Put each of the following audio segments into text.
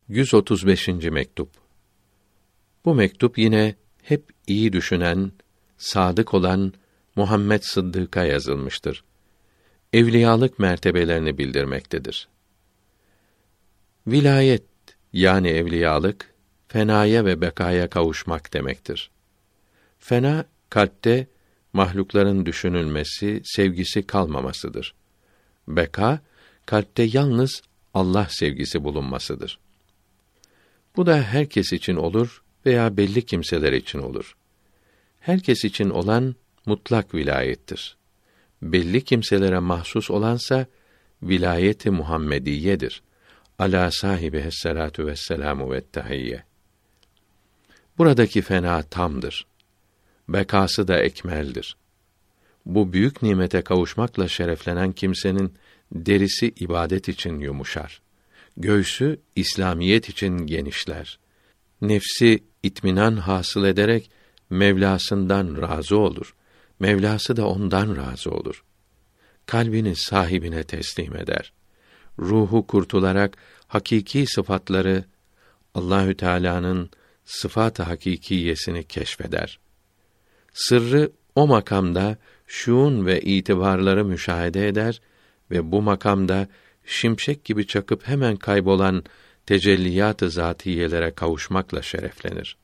135. mektup. Bu mektup yine hep iyi düşünen, sadık olan Muhammed Sıddık'a yazılmıştır. Evliyalık mertebelerini bildirmektedir. Vilayet yani evliyalık, fenaya ve bekaya kavuşmak demektir. Fena, kalpte mahlukların düşünülmesi, sevgisi kalmamasıdır. Beka, kalpte yalnız Allah sevgisi bulunmasıdır. Bu da herkes için olur veya belli kimseler için olur. Herkes için olan mutlak vilayettir. Belli kimselere mahsus olansa vilayet-i Muhammediye'dir. Ala sahibihisselatu vesselamu vettehiyye. Buradaki fena tamdır. Bekası da ekmeldir. Bu büyük nimete kavuşmakla şereflenen kimsenin derisi ibadet için yumuşar. Göğsü İslamiyet için genişler. Nefsi itminan hasıl ederek Mevlasından razı olur. Mevlası da ondan razı olur. Kalbini sahibine teslim eder. Ruhu kurtularak hakiki sıfatları Allahü Teala'nın sıfat-ı hakikiyesini keşfeder. Sırrı o makamda şuun ve itibarları müşahede eder ve bu makamda şimşek gibi çakıp hemen kaybolan tecelliyat-ı zatiyelere kavuşmakla şereflenir.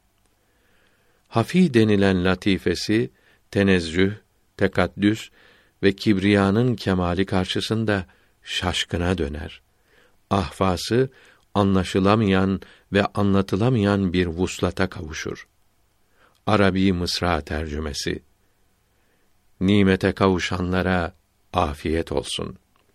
Hafi denilen latifesi, tenezzüh, tekaddüs ve kibriyanın kemali karşısında şaşkına döner. Ahvası, anlaşılamayan ve anlatılamayan bir vuslata kavuşur. Arabi Mısra tercümesi. Nimete kavuşanlara afiyet olsun.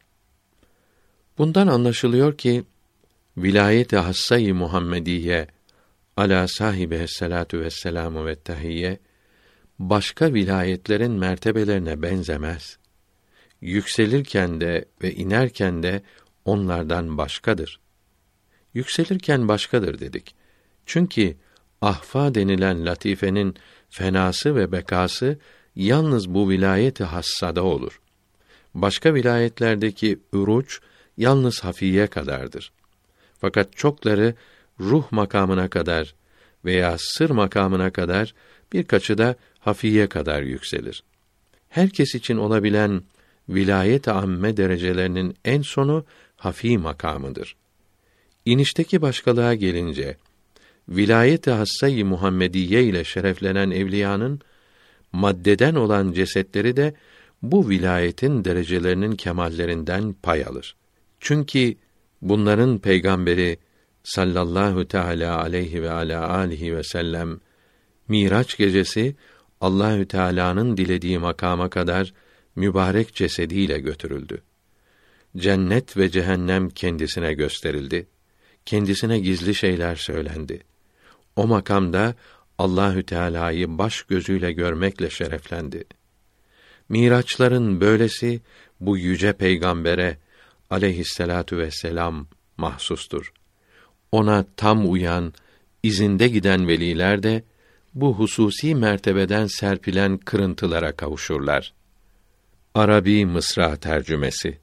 Bundan anlaşılıyor ki, vilayet-i hassâ-i Muhammediye ala sahibihisselatu vesselamu vettehiyye başka vilayetlerin mertebelerine benzemez. Yükselirken de ve inerken de onlardan başkadır. Yükselirken başkadır dedik. Çünkü ahfa denilen latifenin fenası ve bekası yalnız bu vilayet-i hassada olur. Başka vilayetlerdeki üruç yalnız hafiye kadardır. Fakat çokları ruh makamına kadar veya sır makamına kadar, birkaçı da hafiye kadar yükselir. Herkes için olabilen vilayet-i amme derecelerinin en sonu hafi makamıdır. İnişteki başkalığa gelince, vilayet-i hassâ-i Muhammediye ile şereflenen evliyanın maddeden olan cesetleri de bu vilayetin derecelerinin kemallerinden pay alır. Çünkü bunların peygamberi sallallahu teala aleyhi ve ala alihi ve sellem Miraç gecesi Allahü Teala'nın dilediği makama kadar mübarek cesediyle götürüldü. Cennet ve cehennem kendisine gösterildi. Kendisine gizli şeyler söylendi. O makamda Allahü Teala'yı baş gözüyle görmekle şereflendi. Miraçların böylesi bu yüce peygambere aleyhisselatu vesselam mahsustur. Ona tam uyan, izinde giden veliler de bu hususi mertebeden serpilen kırıntılara kavuşurlar. Arabi Mısra tercümesi.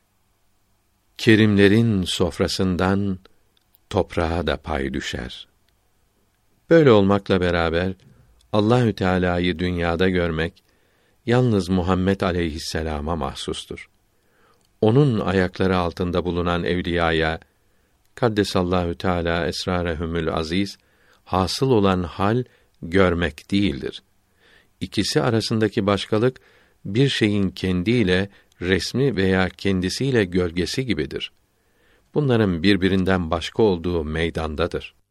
Kerimlerin sofrasından toprağa da pay düşer. Böyle olmakla beraber Allahü Teala'yı dünyada görmek yalnız Muhammed aleyhisselama mahsustur. Onun ayakları altında bulunan evliyaya kaddesallahu teala esrarehumül aziz hasıl olan hal görmek değildir. İkisi arasındaki başkalık bir şeyin kendiyle resmi veya kendisiyle gölgesi gibidir. Bunların birbirinden başka olduğu meydandadır.